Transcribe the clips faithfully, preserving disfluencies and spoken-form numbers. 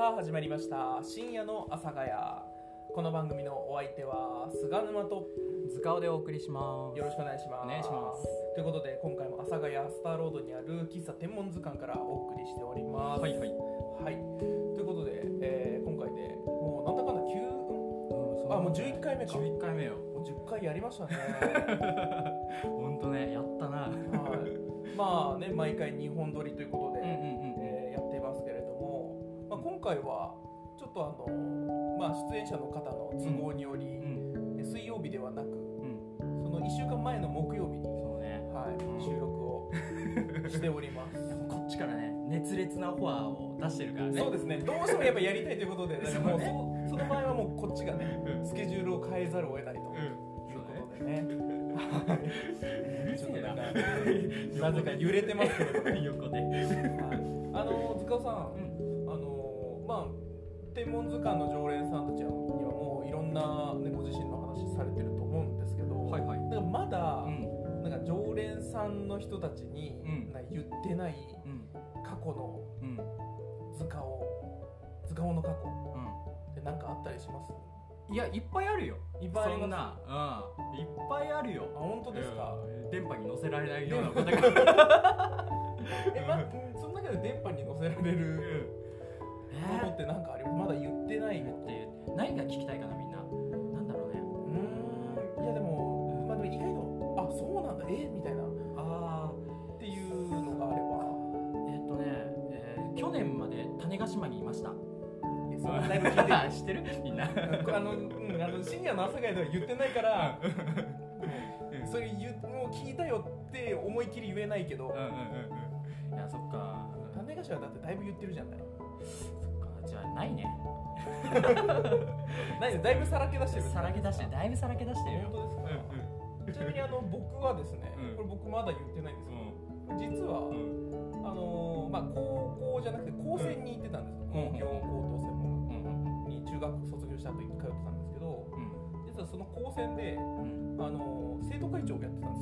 さあ始まりました深夜の阿佐ヶ谷。この番組のお相手は菅沼と塚尾でお送りします。 よろしくお願いします。 お願いします。 ということで今回も阿佐ヶ谷スターロードにある喫茶天文図鑑からお送りしております。 はいはい、 はい、ということで、えー、今回でもうなんだかんだきゅう、うん、あもうじゅういっかいめか。 じゅういっかいめよ。 もうじゅっかいやりましたね。 ほんとね、やったな。はい、 まあね、毎回にほん撮りということで、 うんうんうんえー、やっていますけれども、まあ、今回はちょっとあの、まあ、出演者の方の都合により、うんうん、水曜日ではなく、うん、そのいっしゅうかんまえの木曜日に、そうね、はい、うん、収録をしております。 こっちからね、熱烈なオファーを出してるからね。 そうですね、どうしてもやっぱやりたいということで、だからもう そ, その場合はもうこっちがね、スケジュールを変えざるを得ないということでね。ちょっとなんかなぜか揺れてますけどね、横で。あの塚尾さん、うん、あのまあ天文図鑑の常連さんたちにはもういろんな、ね、ご自身の話されてると思うんですけど、はいはい、だからまだ、うん、なんか常連さんの人たちに、うん、なんか言ってない過去の図鑑を、図鑑の過去、うん、で何かあったりします？ いや、いっぱいあるよ。 いっぱいあります。 そんな、うん、いっぱいあるよ。 あ、本当ですか？ うん、電波に乗せられないようなことがえ、ま、その中で電波に乗せられることって何かあります？まだ言ってないのって何が聞きたいかな、みんな。なんだろうね。 うーん、いやでも、うん、まあでも意外と、あ、そうなんだ、えみたいな、あーっていうのがあれば。えっとね、えー、去年まで種子島にいました。 だいぶ聞いてる。 知ってる？みんな。 あの、うん、あの深夜の阿佐ヶ谷では言ってないから、うん、それ言もう聞いたよって思い切り言えないけど。うんうんうんうん。いや、そっか。 種子島だってだいぶ言ってるじゃない。 そっか、じゃあないね。 ないだいぶさらけ出してる。 さらけ出してる。だいぶさらけ出してるよ。 本当ですか？うんうん、ちなみにあの僕はですね、うん、これ僕まだ言ってないんですけど、うん、実は、うん、あのー、まあ高校じゃなくて高専に行ってたんですよ。工業高等専門。中学卒業した後に通ってたんですけど、うん、実はその高専で、うん、あの生徒会長をやってたん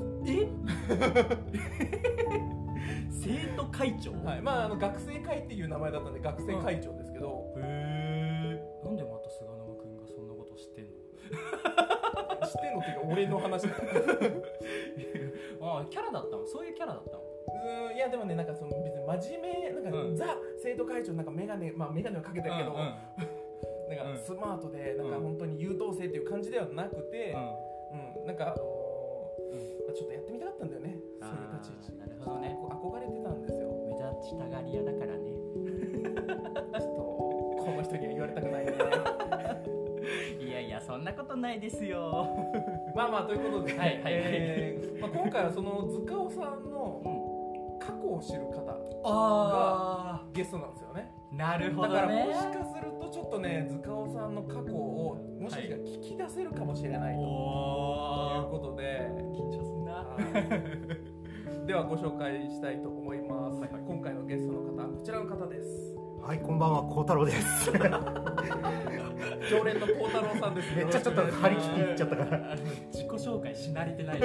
ですよ。え生徒会長？ はい、まああの学生会っていう名前だったんで学生会長ですけど、うん、 へえ。なんでまた菅沼くんがそんなこと知ってんの？ 知ってんのっていうか俺の話だから。 ああ、キャラだったの？そういうキャラだったの？ うーん、いやでもね、なんかその別に真面目なんか、うん、ザ生徒会長なんかメガネ、まあメガネはかけてるけど、うんうん、なんかスマートでなんか本当に優等生っていう感じではなくて、うんうん、なんかあのーうん、ちょっとやってみたかったんだよね、そういう立ち位置。 なるほどね。 憧れてたんですよ。 目立ちたがり屋だからね。 ちょっとこの人には言われたくないね。 いやいや、そんなことないですよ。 まあまあということで、はいはいはい、えーまあ、今回はその塚尾さんの過去を知る方がゲストなんですよね。 なるほどね。 だからもしかするとちょっとね、塚尾さんの過去をもしかしたら聞き出せるかもしれないということで、 緊張すんな。 ではご紹介したいと思います、はいはい、今回のゲストの方、こちらの方です。 はい、こんばんは、孝太郎です。 常連の孝太郎さんです。 めっちゃちょっと張り切っていっちゃったから。 自己紹介し慣れてない。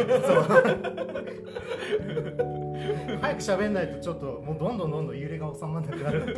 早く喋んないとちょっともうどんどんどんどん揺れが収まらなくなる。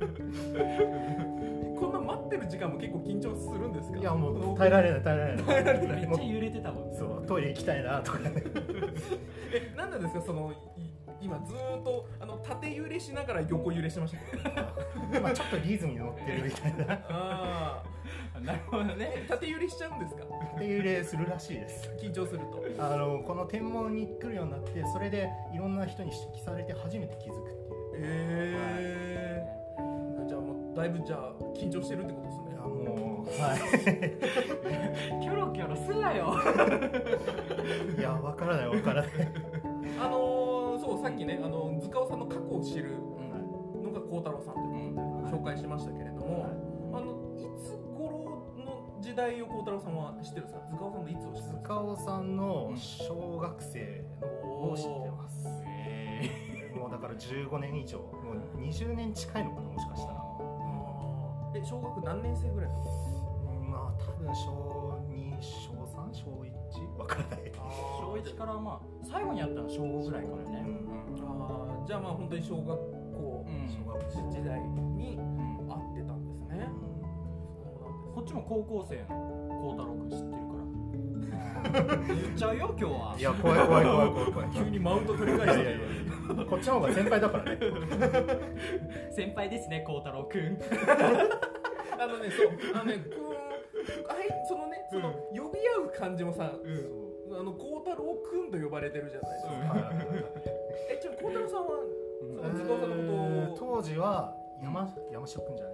こんな待ってる時間も結構緊張するんですか？ いや、もう耐えられない耐えられない。耐えられない。 めっちゃ揺れてたもん。 そう、トイレ行きたいなとかね。 え、なんなんですか、その今ずーっとあの縦揺れしながら横揺れしてましたけど。 まあちょっとリズムに乗ってるみたいな。 ああ、なるほどね。縦揺れしちゃうんですか？ 縦揺れするらしいです。 緊張すると。 あのこの天文に来るようになって、それでいろんな人に指摘されて初めて気づくっていう。 へえー。はい、じゃあもうだいぶじゃあ緊張してるってことですね。 いやもうはい。 キョロキョロすなよ。 いや、わからないわからない。 あのー、そうさっきね、あの塚尾さんの過去を知るのが孝太郎さんということで紹介しましたけれども、はい、あのいつ頃の時代を孝太郎さんは知ってるんですか？塚尾さんのいつを知ってるんですか？ 塚尾さんの小学生を知ってます。うん、もうだからじゅうごねん以上、もうにじゅうねん近いのかな、もしかしたら。 え、小学何年生ぐらいですか？ まあ多分小に、小さん、小いちわからない。 小いちからまあ最後にやったの小ごぐらいからね。 うんうん、あ、じゃあまあ本当に小学校、うん、小学校時代に会ってたんですね。 ね。こっちも高校生の孝太郎くん知ってるから言っちゃうよ今日は。 いや怖い怖い怖い怖い怖い。 急にマウント取り返して。 こっちの方が先輩だからね。 先輩ですね孝太郎くん。 あのねそうあのねこうあいそのねその呼び合う感じもさ、うん、あの孝太郎くんと呼ばれてるじゃないですか。えちょ孝太郎さんは塚尾さんのことを当時は山山城くんじゃね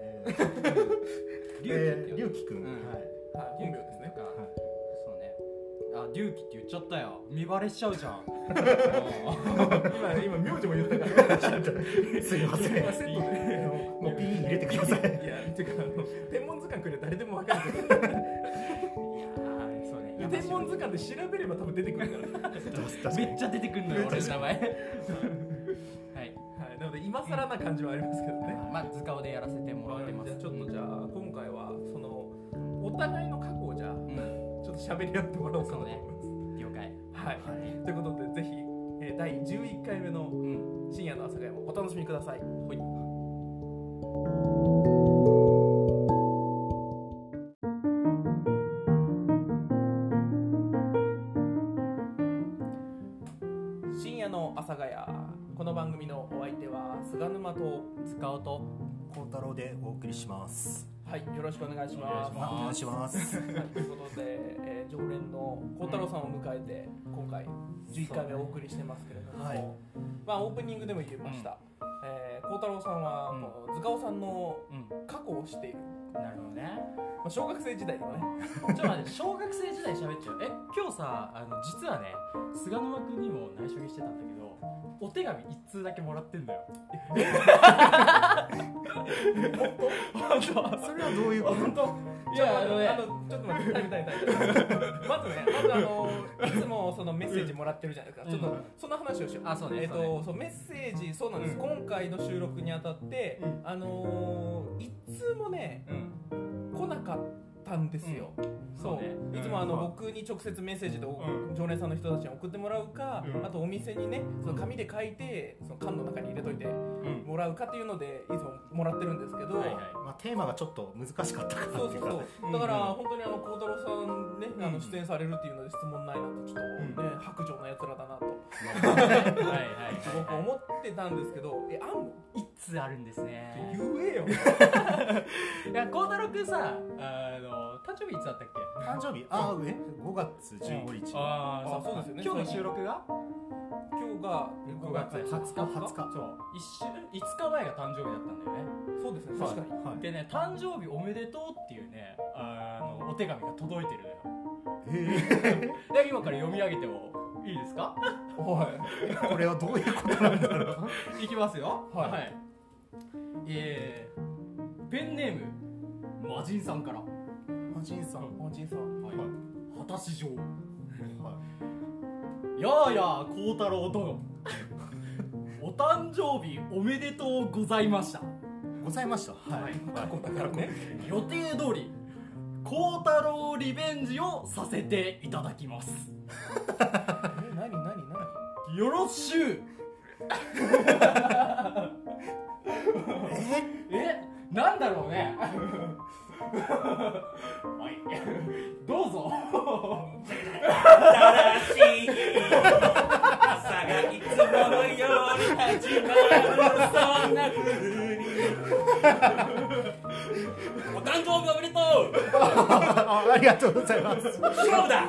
え。 龍樹くん。はいはい本名ですね。 そうね。あ龍樹って言っちゃったよ。見バレしちゃうじゃん。 今今名字も言ったから。 すいません。 セットでもうピー入れてください。いやてかあの天文図鑑くれ誰でもわかるけど。そうね。天文図鑑で調べれば多分出てくるから。 めっちゃ出てくるのよ俺の名前。はいはいなので今更な感じはありますけどね。 まあ塚尾でやらせてもらってます。 ちょっとじゃあ今回はそのお互いの過去をじゃあちょっと喋り合ってもらおうかなと思います。 了解。 はい。ということでぜひだいじゅういっかいめの深夜の阿佐ヶ谷もお楽しみください。はい。深夜の阿佐ヶ谷。この番組のお相手は菅沼と塚尾と孝太郎でお送りします。 はい、よろしくお願いします。 お願いします。 ということで、えー、常連の孝太郎さんを迎えて今回じゅういっかいめお送りしてますけれども、はい、まあオープニングでも言いました。孝、うんえー、太郎さんは、うん、塚尾さんの過去を知っている。 うん、なるほどね。 まあ小学生時代のね。 ちょっと待って、小学生時代喋っちゃう。え、今日さ、あの実はね、菅沼くんにも内緒にしてたんだけど、お手紙一通だけもらってんだよ。 本当？それはどういうこと？ 本当？いやあのね、あのちょっと待って、タイムタイムタイム。まずね、まずあのいつもそのメッセージもらってるじゃないですか。ちょっとその話をしよう。 あ、そうね。 えっとそうメッセージそうなんです。今回の収録にあたってあの一通もね来なかったんですよ。そうね、いつもあの僕に直接メッセージで常連さんの人たちに送ってもらうか、あとお店にねその紙で書いてその缶の中に入れといてもらうかっていうのでいつももらってるんですけど、 まあテーマがちょっと難しかったかなっていうか、 そうそうそうだから本当にあの孝太郎さんねあの出演されるっていうので質問ないなんてちょっとね白状なやつらだなとすごく思ってたんですけど、えあんの一通あるんですね。 言えよ。 いや孝太郎くんさあの誕生日いつだったっけ？ 誕生日あえごがつじゅうごにち。 ああそうですよね。 今日の収録が今日がごがつはつかはつかそう一週いつかまえが誕生日だったんだよね。 そうですね確かに。 でね誕生日おめでとうっていうねあのお手紙が届いてるのよ。で今から読み上げてもいいですか？ はいこれはどういうことなんだろう。 いきますよ。 はい、 はい、えー、ペンネーム魔人さんから。 魔人さん魔人さんはい果たし状。やあやあ孝太郎殿お誕生日おめでとうございました。 ございました。 はい過去だからね。 予定通り孝太郎リベンジをさせていただきます。 え何何何よろしゅう。ええなんだろうね。はいどうぞ。 新しい朝がいつものように始まるそんな風にお誕生日おめでとう。 あ, ありがとうございます。 勝負だ。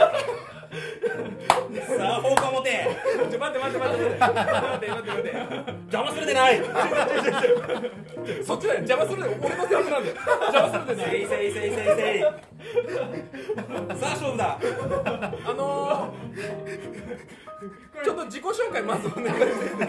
さあ方向持て。 ちょ待って待って待って待って待って待って待って邪魔するでない。 そっちだよ邪魔するで俺のセリフなんだよ。邪魔するでない。 せいせいせいせいせい。さあ勝負だ。 あのー、ちょっと自己紹介まずお願いします。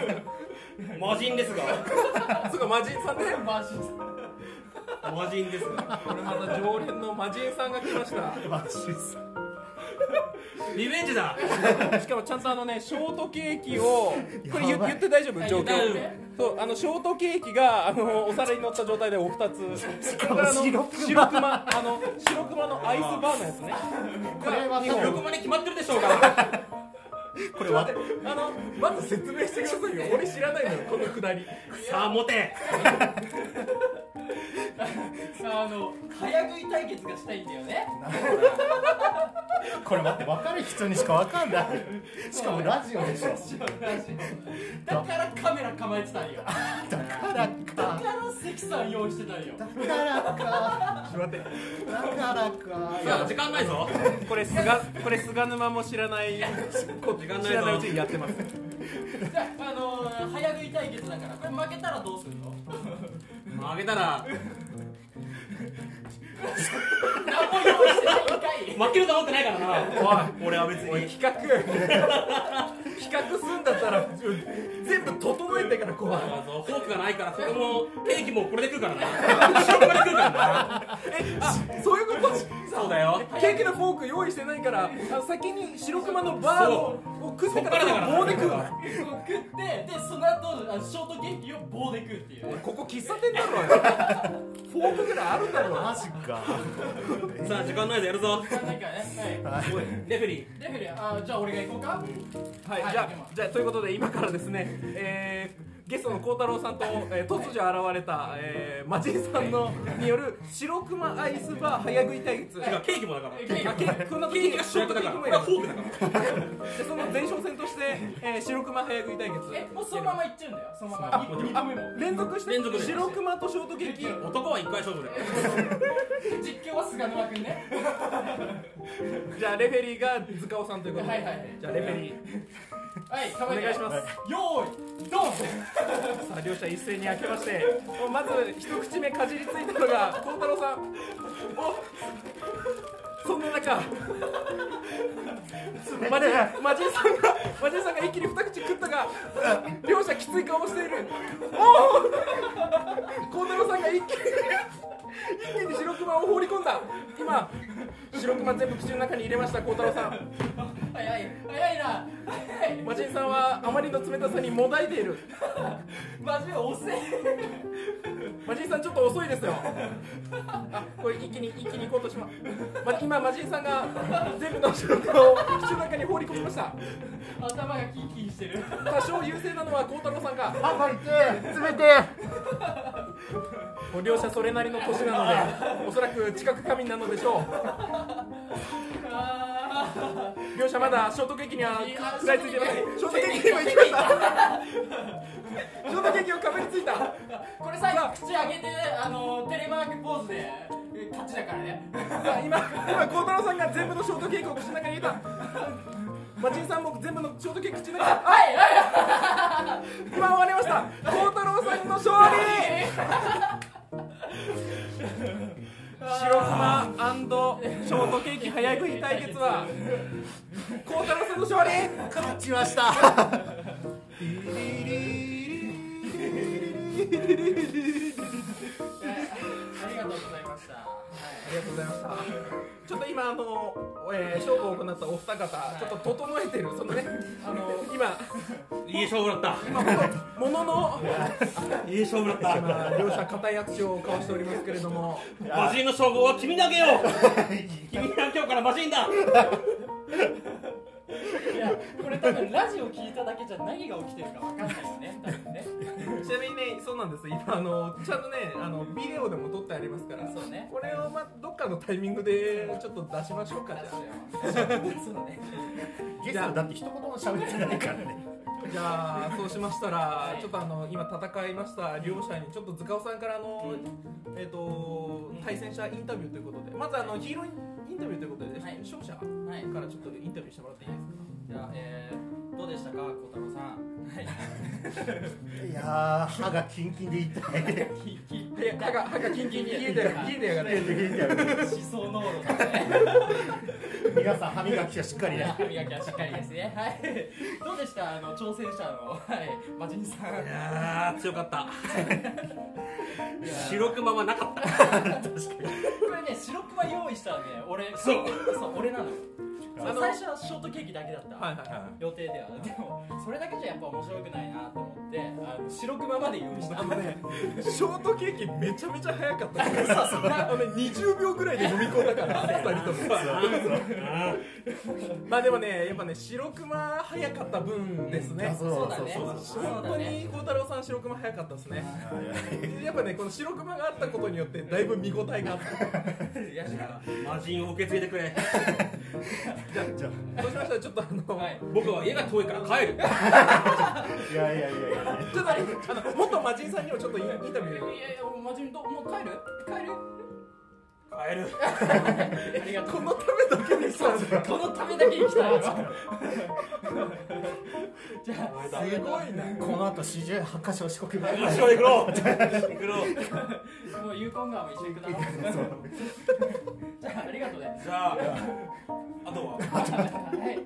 魔人ですが。 そうか魔人さんね。 魔人さん。 魔人ですが。 これまた常連の魔人さんが来ました。 マジですリベンジだ。 しかもちゃんとあのねショートケーキをこれ 言, 言って大丈夫状況。そうあのショートケーキがあのお皿に乗った状態でお二つ。 しかも白熊白熊あの白熊のアイスバーのやつね。 これは白熊に決まってるでしょうが。 これはあのまず説明してくださいよ。俺知らないのよこのくだり。 さあ持て。 あの早食い対決がしたいんだよね。 これ待って、分かる人にしか分かんない。しかもラジオでしょ。 ラジオだからカメラ構えてたんよ。 だからだかから関さん用意してたんよ。 だからかちょっと待ってだからか。 さあ時間ないぞ。 これ菅これ菅沼も知らないこ時間ないぞ知らないうちにやってます。 じゃあ、あのー、早食い対決だからこれ負けたらどうするの？ 負けたら何も用意してないんかい。 負けると思ってないからな。おい俺は別に企画企画すんだったら全部整えてからこう。 フォークがないからそれもケーキもこれで食うからな。白黒で食うからな。 えあそういうこと。 そうだよ。 ケーキのフォーク用意してないからあ先に白熊のバーを食ってからそっからだから棒で食うの。 そう食ってでその後あのショートケーキを棒で食うっていう。 ここ喫茶店だろうよ。フォークぐらいあるんだろう。 マジか。 さあ時間ないぞやるぞ。 なんかね、はい。 はい。 レフェリレフェリー、あ、じゃあ俺が行こうか。 はい、 はいじゃあじゃあということで今からですね、えーゲストの孝太郎さんと、えー突如現れた、えー、マジンさんのによる白熊アイスバー早食い対決。 ー。違うケーキもだから。 ケーキあケーキこんな時ケーキが主役だから。これはフォークだから。 でその前哨戦として、えー、白熊早食い対決。 え、もうそのまま行っちゃうんだよ。そのまま。 あににこめも。 連続して連続で白熊とショートケーキ。 男は一回勝負だよ。 実況は菅沼くんね。 じゃあレフェリーが塚尾さんということで、 はいはいはいじゃあレフェリーはい、構えてお願いします。 よーい、ドン。 さあ両者一斉に開けまして、まず一口目かじりついたのが孝太郎さん。おそんな中マジマジンさんがマジンさんが一気に二口食ったが両者きつい顔をしている。おお孝太郎さんが一気に一気に白熊を放り込んだ。今白熊全部口の中に入れました孝太郎さん。 早い、早いな。早い。 マジンさんはあまりの冷たさにもだいている。 マジで遅い。 マジンさんちょっと遅いですよ。あ、これ一気に一気に行こうとしま、ま、今マジンさんが全部の白熊を口の中に放り込みました。 頭がキーキーしてる。 多少優勢なのは孝太郎さんか。 歯が痛い。冷てもう両者それなりの年なのでおそらく知覚過敏なのでしょう。両者まだショートケーキには食らいついていません。ショートケーキに今行きました。ショートケーキをかぶりついた。 これ最後口上げて、あのテレマークポーズで勝ちだからね。 さあ今今孝太郎さんが全部のショートケーキを口の中に入れた。マジンさんも全部のショートケーキ口の中に。 はいはい。 今終わりました。孝太郎さんの勝利。白熊&ショートケーキ早食い対決は孝太郎さんの勝利。 勝ちましたありがとうございました。 ありがとうございました。ちょっと今あの、えー、勝負を行ったお二方ちょっと整えてるそのねあの今いい勝負だった。 今ほんともののいい勝負だった。 今両者固い握手を交わしておりますけれども、 マジンの称号は君にあげよう。君が今日からマジンだ。 いや、これ多分ラジオ聞いただけじゃ何が起きてるかわかんないよね。多分ね。 ちなみにねそうなんです。今あのちゃんとねあのビデオでも撮ってありますから、 そうね。 これをまどっかのタイミングでちょっと出しましょうか。じゃあそうね。 ゲストだって一言も喋ってないからね。 じゃあそうしましたらちょっとあの今戦いました両者にちょっと塚尾さんからあの、えっ、と対戦者インタビューということでまずあのヒーローインタビューということで、 はい勝者はい。 からちょっとインタビューしてもらっていいですか。 じゃあ、えー、どうでしたか、孝太郎さん。はい。 いやー、歯がキンキンで痛い。 いや歯が歯がキンキンに冷えてる冷えてやがる。 思想濃度がね。 皆さん歯磨きはしっかりね。 歯磨きはしっかりですね。はい。どうでしたあの挑戦者の、はい、マジンさん。 いやー強かった。白熊はなかった。 これね、白熊用意したらね、俺、 そうそう、俺なのよ。 そう最初はショートケーキだけだった、 はいはいはい予定では。でもそれだけじゃやっぱ面白くないなと思って、あの白熊まで用意した。 あのね、ショートケーキめちゃめちゃ早かったからあのね、にじゅうびょうぐらいで飲み込んだからふたりともまあでもね、やっぱね、白熊早かった分ですね、 そうそうだね本当に孝太郎さん白熊早かったですねやっぱね、この白熊があったことによってだいぶ見応えがあったいや魔人を受け継いでくれ。 じゃあじゃそうしましたらちょっとあの、 はい僕は家が遠いから帰る。 あいやいやいやいやちょっとあの元魔人さんにもちょっとインタビューいやいや、マジにどもう帰る帰る帰る。 ありがとう。 このためだけにさこのためだけに来たよ。じゃあすごいなこの後四十八箇所四国がよし、行くろう。行くろう。 もうユーコン川も一緒に行くな。じゃあありがとうね。 じゃあ、あとは。 はい。 ショートケーキで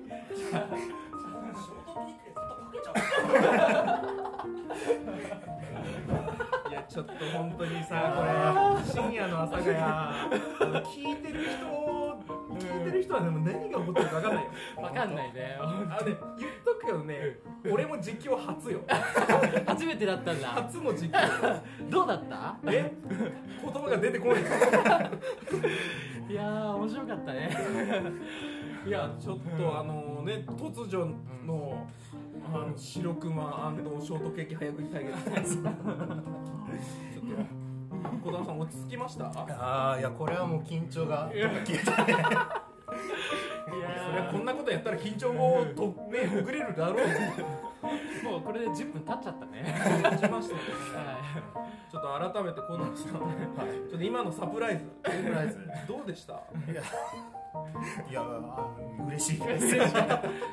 肩かけちゃう。 いやちょっと本当にさ、これ深夜の阿佐ヶ谷、あの聞いてる人聞いてる人はでも何が起こってるか分かんないよ。 わかんないね。 あのね、言っとくけどね、俺も実況初よ。 初めてだったんだ。 初の実況。 どうだった？ え、言葉が出てこない。 いやー面白かったね。 いやちょっとあのね、突如のあの白熊&ショートケーキ早食い対決。ちょっと小田さん落ち着きました？ ああいやこれはもう緊張が消えたねいやそれはこんなことやったら緊張もとねほぐれるだろう。 ーもうこれでじゅっぷん経っちゃったね。 落ちましたね。 はちょっと改めて小田さん、ちょっと今のサプライズ、 サプライズどうでした？ いやいやあ嬉しいですいい。よかった。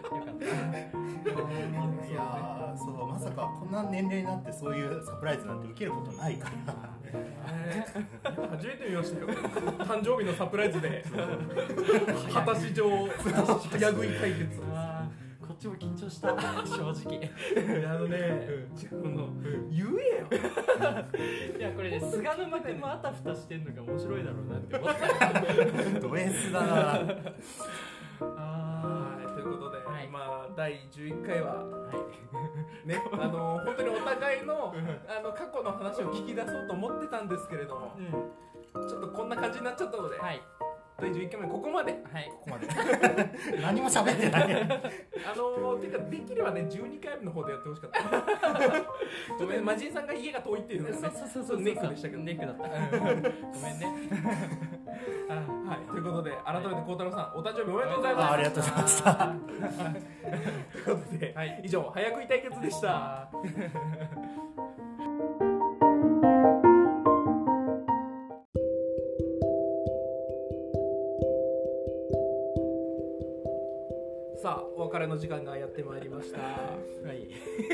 やそうまさかこんな年齢になってそういうサプライズなんて受けることないから初めて見ましたよ。誕生日のサプライズで果たし状早食い対決。 あーこっちも緊張した正直。 あのね、あの言えよ。 いやこれね、菅沼君もあたふたしてんのが面白いだろうなって思った。 ド S だなあはい、ということで、 はいまあだいじゅういっかいはーはいね、あの本当にお互いのあの過去の話を聞き出そうと思ってたんですけれども、 うちょっとこんな感じになっちゃったので、 んはいだいじゅういっかいめここまで。 はいここまで何も喋ってないあのー、ていうかできればねじゅうにかいめの方でやってほしかった。ごめん、マジンさんが家が遠いっていうのがね、 そうそうそうそうネックでしたけど。 ネックだった。ごめんね。 はい、ということで改めて孝太郎さんお誕生日おめでとうございます。 あありがとうございましたということで、はい、以上早食い対決でした。さあお別れの時間がやってまいりました。 はい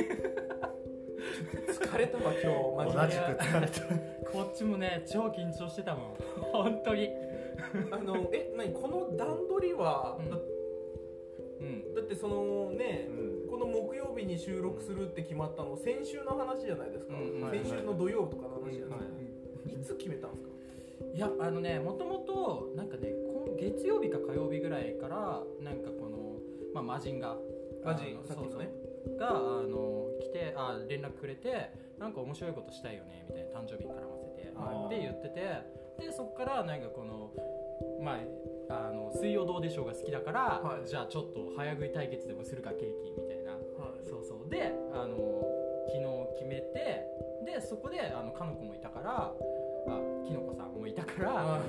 疲れたわ今日マジで。 同じく疲れたこっちもね超緊張してたもん本当に。 あのえ何この段取りは、 うんだうんだってそのね、 うんこの木曜日に収録するって決まったの先週の話じゃないですか、 うんうん先週の土曜とかの話じゃない、 うんいつ決めたんですか？ いやあのねもともとなんかね今月曜日か火曜日ぐらいからなんかこのまあ魔人がマジあのさっきのねそうそうがあの来てあ連絡くれてなんか面白いことしたいよねみたいな誕生日に絡ませてあーって言っててでそっからなんかこのまああの水曜どうでしょうが好きだから、 はいじゃあちょっと早食い対決でもするかケーキみたいなはいそうそうであの昨日決めてでそこであのかのこもいたからあきのこさんもいたから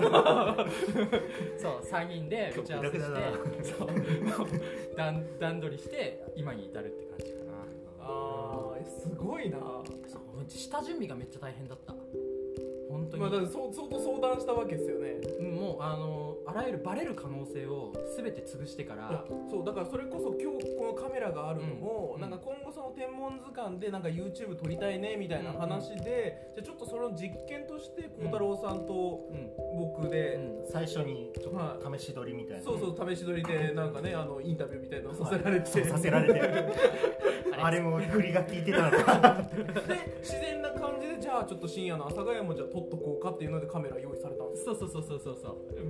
そうさんにんで打ち合わせしてそう段段取りして今に至るって感じかな。 あーすごいな。 そう下準備がめっちゃ大変だった本当に、 まあだからそう相当相談したわけですよね。 うんもうあのあらゆるバレる可能性を全て潰してからそうだからそれこそ今日このカメラがあるのも、 うんなんか今後その天文図鑑でなんか YouTube 撮りたいねみたいな話で、じゃあちょっとその実験として孝太郎さんとうん僕で、 うん最初にちょはっと試し撮りみたいな、 そうそう試し撮りでなんかねあのインタビューみたいなのさせられて、 そうさせられてあれも振りが効いてたのかで自然な感じでじゃあちょっと深夜の阿佐ヶ谷もじゃあ撮っとこうかっていうのでカメラ用意されたんです。 そうそうそうそうそうそうもう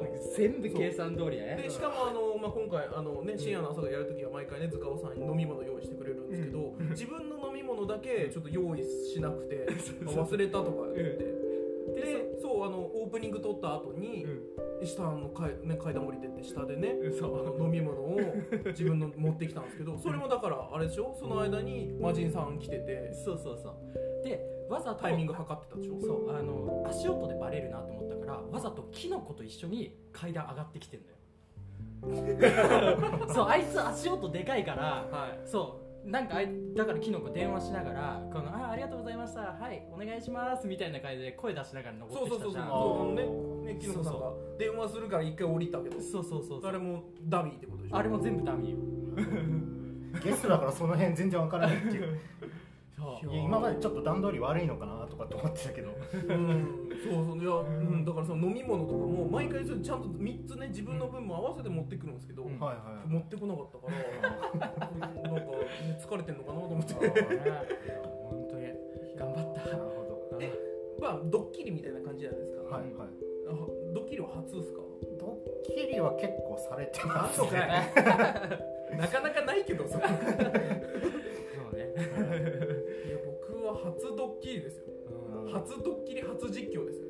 全部計算通りやね。 でしかもあの、まあ、今回あの、ね、深夜の朝がやるときは毎回ね塚尾さんに飲み物用意してくれるんですけど、自分の飲み物だけちょっと用意しなくて忘れたとか言って、でそうあのオープニング撮った後に、下の階、ね、階段降りてって下でね、あの飲み物を自分の持ってきたんですけど、それもだからあれでしょ、その間に魔人さん来てて、 そうそうそうでわざとタイミング測ってたでしょ。 そうあの足音でバレるなと思ったからわざとキノコと一緒に階段上がってきてんだよそうあいつ足音でかいから、 はい、 そうなんかあいだからキノコ電話しながらこのあありがとうございましたはいお願いしますみたいな感じで声出しながら登ってきたじゃん。 そうそうそうそう、ねねキノコさんが電話するから一回降りたけど、 そうそうそうそうあれもダミーってことでしょ。 あれも全部ダミーよゲストだからその辺全然わからないっていうそういや今までちょっと段取り悪いのかなとかって思ってたけど、 うん、そうそういや、うん、だからその飲み物とかも毎回ちゃんとみっつね自分の分も合わせて持ってくるんですけど、 はいはい持ってこなかったからなんか、ね、疲れてんのかなと思って本当に頑張った。 なるほど。 えまあドッキリみたいな感じじゃないですか。 はいはい。 あドッキリは初ですか。 ドッキリは結構されてますそうかいなかなかないけどさそうねいや僕は初ドッキリですよ。初ドッキリ初実況ですよ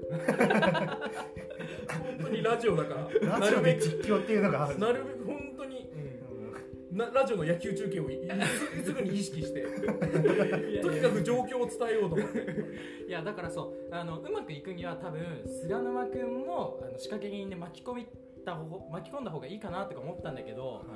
本当にラジオだからラジオで実況っていうのがある。 なるべく本当に、うん、なラジオの野球中継をすぐに意識してとにかく状況を伝えようと思っていやだからそうあのうまくいくには多分菅沼君もあの仕掛け人で巻き込みた方巻き込んだ方がいいかなとか思ったんだけど、はい、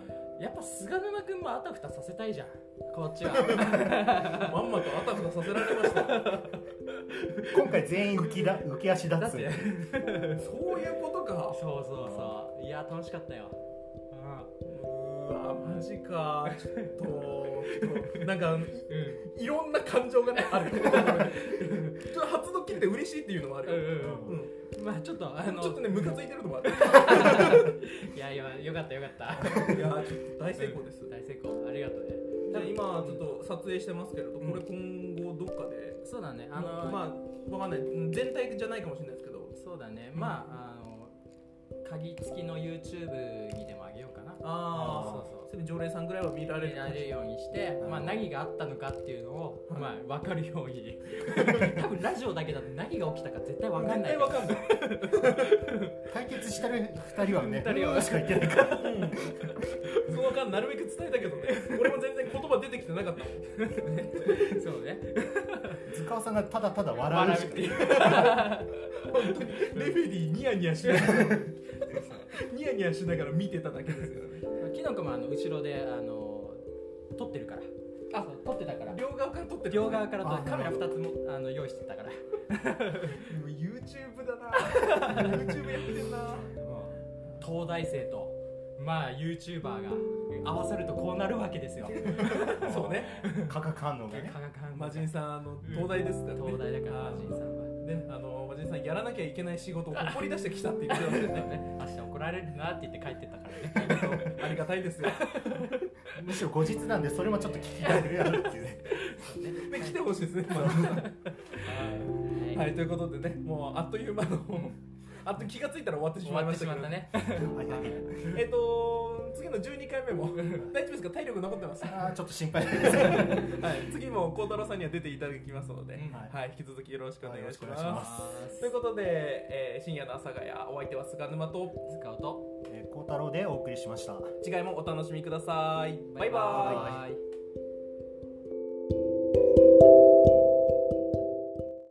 やっぱ菅沼君もあたふたさせたいじゃんこっちはまんまとあたふたさせられました今回全員浮きだ浮き足立つそういうことか。 そうそうそういや楽しかったよ。 うわマジかちょっとなんか、うん、いろんな感情がねあるちょっと初ドッキリで嬉しいっていうのもあるよ、うんうんうん、まあちょっとあのちょっとねムカついてるのもあるいやいやよかったよかったいやちょっと大成功です、 うん、大成功ありがとうね。 で今ちょっと撮影してますけれど、うん、これ今後どっかでそうだねあのまあわかんない全体じゃないかもしれないですけどそうだね、うん、まああの鍵付きの YouTube にでもあげようかな。 ああそうそうそれ常連さんぐらいは見られる見られるようにして、まあ、何があったのかっていうのを、はい、まあ、分かるように多分ラジオだけだと何が起きたか絶対分かんない。 絶対分かんない対決してるふたりはねふたりはしか言ってないから、うん、 その間なるべく伝えたけどね俺も全然言葉出てきてなかったもんそうね塚尾さんがただただ笑うしかっていう本当にレフェリーニヤニヤしながらニヤニヤしながら見てただけですよね。 キノコもあの後ろであの撮ってるからあ撮ってたから両側から撮ってる、 両側から撮ってカメラふたつもあの用意してたから YouTube だなYouTube やってんな東大生とまあ YouTuber が合わさるとこうなるわけですよそうね化学反応がね魔人さんあの東大ですからね、 東大だから魔人さんはね、あの魔人さんやらなきゃいけない仕事をほこり出してきたって言ってましたよね明日怒られるなって言って帰ってったからねありがたいですよむしろ後日なんでそれもちょっと聞きたいっていうねで来てほしいですね魔人さんはい、はい、ということでねもうあっという間のあと気がついたら終わってしまいましたけどねえっと次のじゅうにかいめも大丈夫ですか、体力残ってます。 あちょっと心配です、 はい、次も孝太郎さんには出ていただきますので、うんはい、引き続きよろしくお願いします、はい、ということで、えー、深夜の阿佐ヶ谷お相手は菅沼と塚尾と孝太郎でお送りしました。 次回もお楽しみください。バイバイ。 バイバイ。